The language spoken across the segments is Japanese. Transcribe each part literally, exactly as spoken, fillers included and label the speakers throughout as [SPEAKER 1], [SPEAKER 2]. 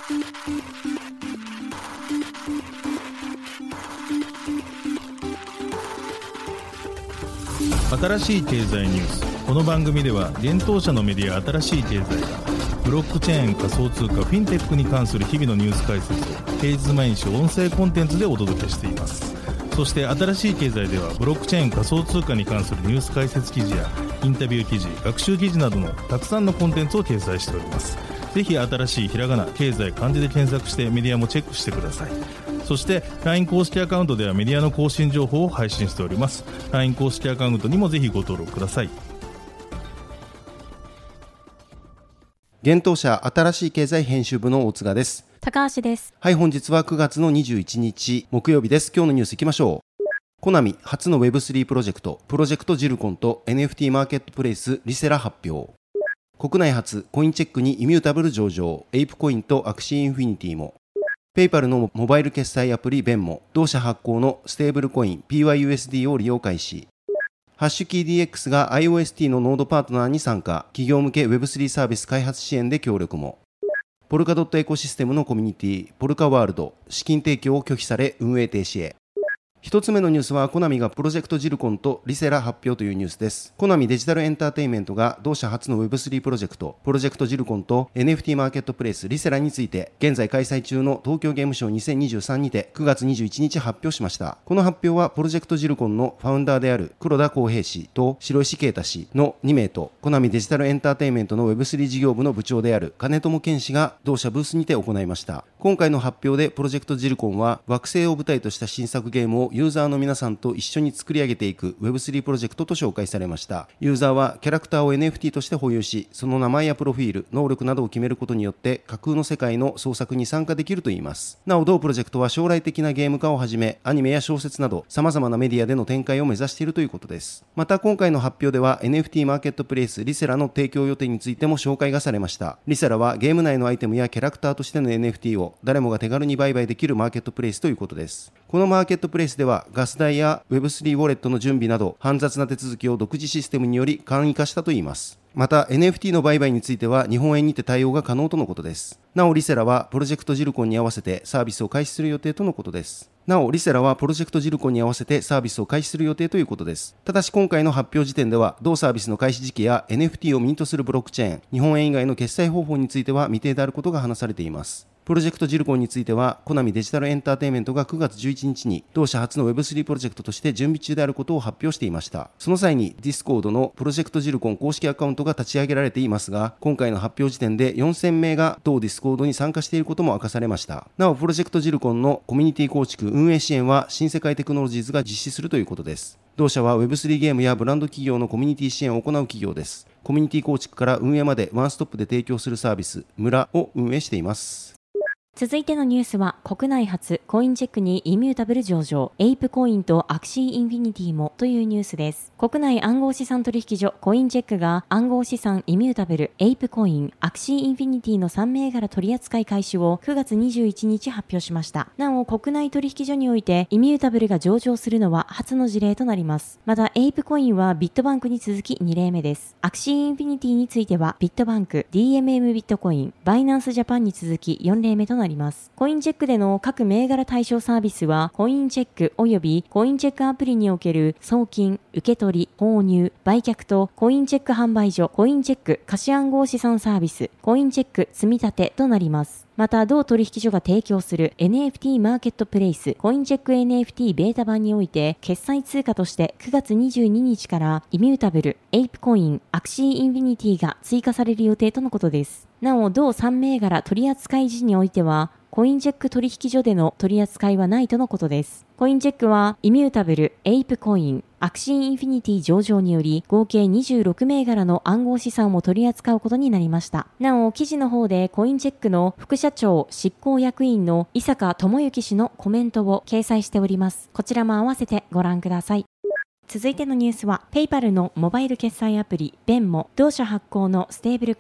[SPEAKER 1] 新しい経済ニュース。この番組では現当社のメディア新しい経済がブロックチェーン、仮想通貨、フィンテックに関する日々のニュース解説を平日毎日音声コンテンツでお届けしています。そして新しい経済ではブロックチェーン、仮想通貨に関するニュース解説記事やインタビュー記事、学習記事などのたくさんのコンテンツを掲載しております。ぜひ新しいひらがな、経済、漢字で検索してメディアもチェックしてください。そして ライン 公式アカウントではメディアの更新情報を配信しております。 ライン 公式アカウントにもぜひご登録ください。
[SPEAKER 2] 現当社新しい経済編集部の大塚です。
[SPEAKER 3] 高橋です。
[SPEAKER 2] はい、本日はくがつのにじゅういちにち木曜日です。今日のニュースいきましょう。コナミ初の ウェブスリー プロジェクトプロジェクトジルコンと エヌエフティー マーケットプレイスリセラ発表。国内初コインチェックにイミュータブル上場、エイプコインとアクシーインフィニティも。ペイパルのモバイル決済アプリベンも同社発行のステーブルコイン ピーワイユーエスディー を利用開始。ハッシュキー ディーエックス が アイオーエスティー のノードパートナーに参加、企業向け ウェブスリー サービス開発支援で協力も。ポルカドットエコシステムのコミュニティポルカワールド、資金提供を拒否され運営停止へ。一つ目のニュースはコナミがプロジェクトジルコンとリセラ発表というニュースです。コナミデジタルエンターテインメントが同社初の ウェブスリー プロジェクトプロジェクトジルコンと エヌエフティー マーケットプレイスリセラについて現在開催中の東京ゲームショウにせんにじゅうさんにてくがつにじゅういちにち発表しました。この発表はプロジェクトジルコンのファウンダーである黒田光平氏と白石啓太氏のにめいとコナミデジタルエンターテインメントの ウェブスリー 事業部の部長である金友健氏が同社ブースにて行いました。今回の発表でプロジェクトジルコンは惑星を舞台とした新作ゲームをユーザーの皆さんと一緒に作り上げていく ウェブスリー プロジェクトと紹介されました。ユーザーはキャラクターを エヌエフティー として保有し、その名前やプロフィール、能力などを決めることによって架空の世界の創作に参加できるといいます。なお同プロジェクトは将来的なゲーム化をはじめアニメや小説など様々なメディアでの展開を目指しているということです。また今回の発表では エヌエフティー マーケットプレイスリセラの提供予定についても紹介がされました。リセラはゲーム内のアイテムやキャラクターとしての エヌエフティー を誰もが手軽に売買できるマーケットプレイスということです。このマーケットプレイスではガス代や ウェブスリー ウォレットの準備など煩雑な手続きを独自システムにより簡易化したといいます。また エヌエフティー の売買については日本円にて対応が可能とのことです。なおリセラはプロジェクトジルコンに合わせてサービスを開始する予定とのことです。なおリセラはプロジェクトジルコンに合わせてサービスを開始する予定ということです。ただし今回の発表時点では同サービスの開始時期や エヌエフティー をミントするブロックチェーン、日本円以外の決済方法については未定であることが話されています。プロジェクトジルコンについてはコナミデジタルエンターテインメントがくがつじゅういちにちに同社初の ウェブスリー プロジェクトとして準備中であることを発表していました。その際に Discord のプロジェクトジルコン公式アカウントが立ち上げられていますが、今回の発表時点でよんせんめいが同 Discord に参加していることも明かされました。なおプロジェクトジルコンのコミュニティ構築運営支援は新世界テクノロジーズが実施するということです。同社は ウェブスリー ゲームやブランド企業のコミュニティ支援を行う企業です。コミュニティ構築から運営までワンストップで提供するサービス村を運営しています。
[SPEAKER 3] 続いてのニュースは国内初コインチェックにイミュータブル上場、エイプコインとアクシーインフィニティもというニュースです。国内暗号資産取引所コインチェックが暗号資産イミュータブル、エイプコイン、アクシーインフィニティのさんめいがら取扱い開始をくがつにじゅういちにち発表しました。なお国内取引所においてイミュータブルが上場するのは初の事例となります。またエイプコインはビットバンクに続きにれいめです。アクシーインフィニティについてはビットバンク、ディーエムエム ビットコイン、バイナンスジャパンに続きよんれいめとなります。コインチェックでの各銘柄対象サービスはコインチェックおよびコインチェックアプリにおける送金、受取、購入、売却とコインチェック販売所、コインチェック貸暗号資産サービス、コインチェック積み立てとなります。また同取引所が提供する エヌエフティー マーケットプレイスコインチェック エヌエフティー ベータ版において決済通貨としてくがつにじゅうににちからイミュータブル、エイプコイン、アクシーインフィニティが追加される予定とのことです。なお同さんめいがら取扱い時においてはコインチェック取引所での取り扱いはないとのことです。コインチェックはイミュータブル、エイプコイン、アクシーインフィニティ上場により合計にじゅうろくめいがらの暗号資産を取り扱うことになりました。なお記事の方でコインチェックの副社長執行役員の伊坂智之氏のコメントを掲載しております。こちらも合わせてご覧ください。続いてのニュースはペイパルのモバイル決済アプリベンも同社発行のステーブルコイン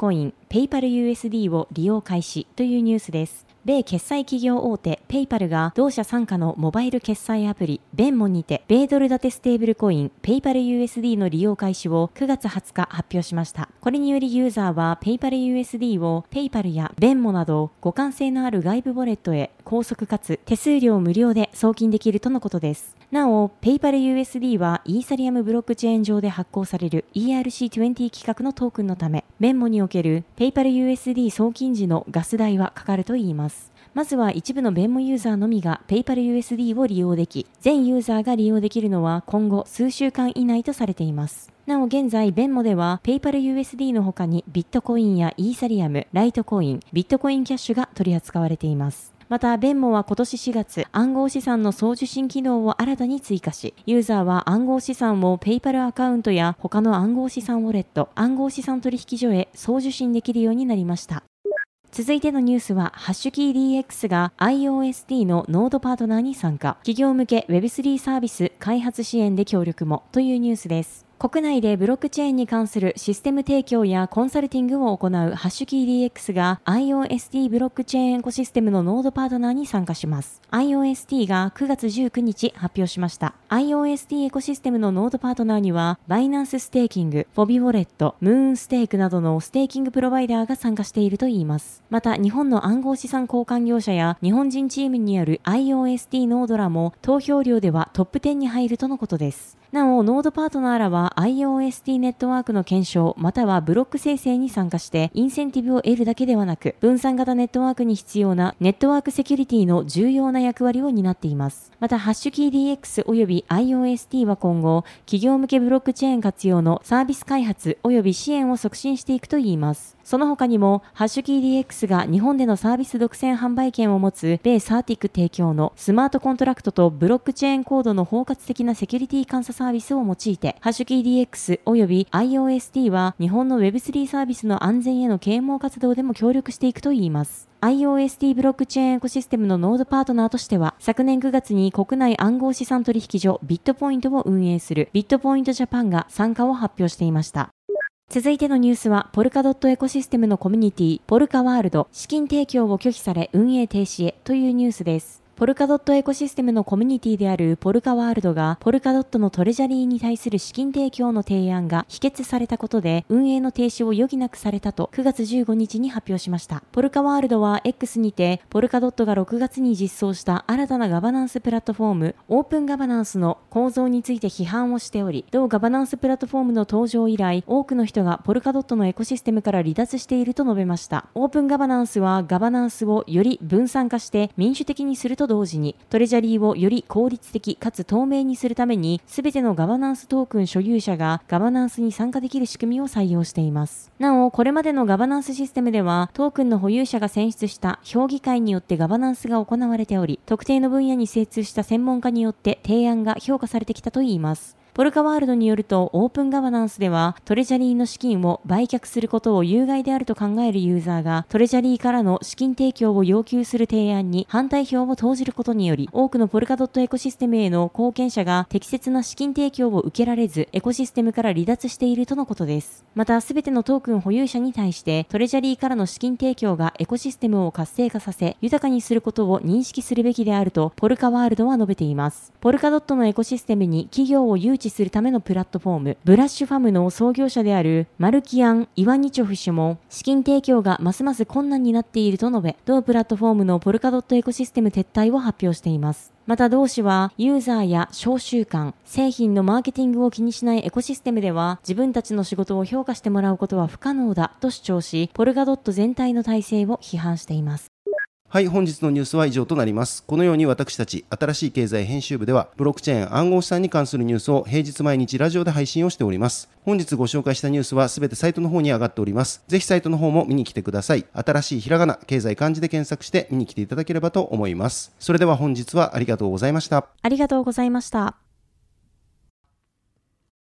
[SPEAKER 3] ペイパル ユーエスディー を利用開始というニュースです。米決済企業大手ペイパルが同社傘下のモバイル決済アプリベンモにて米ドル建てステーブルコインペイパル ユーエスディー の利用開始をくがつはつか発表しました。これによりユーザーはペイパル ユーエスディー をペイパルやベンモなど互換性のある外部ウォレットへ高速かつ手数料無料で送金できるとのことです。なお、ペイパル ユーエスディー はイーサリアムブロックチェーン上で発行される イーアールシーにじゅう 規格のトークンのため、ベンモにおけるペイパル ユーエスディー 送金時のガス代はかかるといいます。まずは一部のベンモユーザーのみが ペイパル ユーエスディー を利用でき、全ユーザーが利用できるのは今後数週間以内とされています。なお現在、ベンモでは ペイパル ユーエスディー の他にビットコインやイーサリアム、ライトコイン、ビットコインキャッシュが取り扱われています。また、ベンモは今年しがつ、暗号資産の送受信機能を新たに追加し、ユーザーは暗号資産をペイパルアカウントや他の暗号資産ウォレット、暗号資産取引所へ送受信できるようになりました。続いてのニュースは、ハッシュキー ディーエックス が アイオーエスディー のノードパートナーに参加、企業向け ウェブスリー サービス開発支援で協力もというニュースです。国内でブロックチェーンに関するシステム提供やコンサルティングを行うハッシュキー ディーエックス が アイオーエスディー ブロックチェーンエコシステムのノードパートナーに参加します。アイオーエスディー がくがつじゅうくにち発表しました。アイオーエスディー エコシステムのノードパートナーには、バイナンスステーキング、フォビウォレット、ムーンステークなどのステーキングプロバイダーが参加しているといいます。また、日本の暗号資産交換業者や日本人チームによる アイオーエスディー ノードらも投票量ではトップじゅうに入るとのことです。なお、ノードパートナーらは アイオーエスディー ネットワークの検証またはブロック生成に参加してインセンティブを得るだけではなく、分散型ネットワークに必要なネットワークセキュリティの重要な役割を担っています。また、ハッシュキー ディーエックス および アイオーエスディー は今後、企業向けブロックチェーン活用のサービス開発および支援を促進していくといいます。その他にも、ハッシュキー ディーエックス が日本でのサービス独占販売権を持つ米サーティック提供のスマートコントラクトとブロックチェーンコードの包括的なセキュリティ監査サービスを用いて、ハッシュキー ディーエックス および アイオーエスディー は日本の ウェブスリー サービスの安全への啓蒙活動でも協力していくといいます。アイオーエスディー ブロックチェーンエコシステムのノードパートナーとしては、昨年くがつに国内暗号資産取引所ビットポイントを運営するビットポイントジャパンが参加を発表していました。続いてのニュースは、ポルカドットエコシステムのコミュニティ、ポルカワールド、資金提供を拒否され運営停止へというニュースです。ポルカドットエコシステムのコミュニティであるポルカワールドがポルカドットのトレジャリーに対する資金提供の提案が否決されたことで運営の停止を余儀なくされたとくがつじゅうごにちに発表しました。ポルカワールドは X にてポルカドットがろくがつに実装した新たなガバナンスプラットフォームオープンガバナンスの構造について批判をしており、同ガバナンスプラットフォームの登場以来多くの人がポルカドットのエコシステムから離脱していると述べました。オープンガバナンスはガバナンスをより分散化して民主的にすると同時にトレジャリーをより効率的かつ透明にするために、すべてのガバナンストークン所有者がガバナンスに参加できる仕組みを採用しています。なお、これまでのガバナンスシステムでは、トークンの保有者が選出した評議会によってガバナンスが行われており、特定の分野に精通した専門家によって提案が評価されてきたといいます。ポルカワールドによると、オープンガバナンスではトレジャリーの資金を売却することを有害であると考えるユーザーがトレジャリーからの資金提供を要求する提案に反対票を投じることにより、多くのポルカドットエコシステムへの貢献者が適切な資金提供を受けられず、エコシステムから離脱しているとのことです。また、すべてのトークン保有者に対してトレジャリーからの資金提供がエコシステムを活性化させ、豊かにすることを認識するべきであるとポルカワールドは述べています。ポルカドットのエコシステムに企業を誘致するためのプラットフォームブラッシュファムの創業者であるマルキアン・イワニチョフ氏も資金提供がますます困難になっていると述べ、同プラットフォームのポルカドットエコシステム撤退を発表しています。また同氏はユーザーや商習慣、製品のマーケティングを気にしないエコシステムでは自分たちの仕事を評価してもらうことは不可能だと主張し、ポルカドット全体の体制を批判しています。
[SPEAKER 2] はい、本日のニュースは以上となります。このように私たち新しい経済編集部ではブロックチェーン暗号資産に関するニュースを平日毎日ラジオで配信をしております。本日ご紹介したニュースはすべてサイトの方に上がっております。ぜひサイトの方も見に来てください。新しいひらがな、経済漢字で検索して見に来ていただければと思います。それでは本日はありがとうございました。
[SPEAKER 3] ありがとうございました。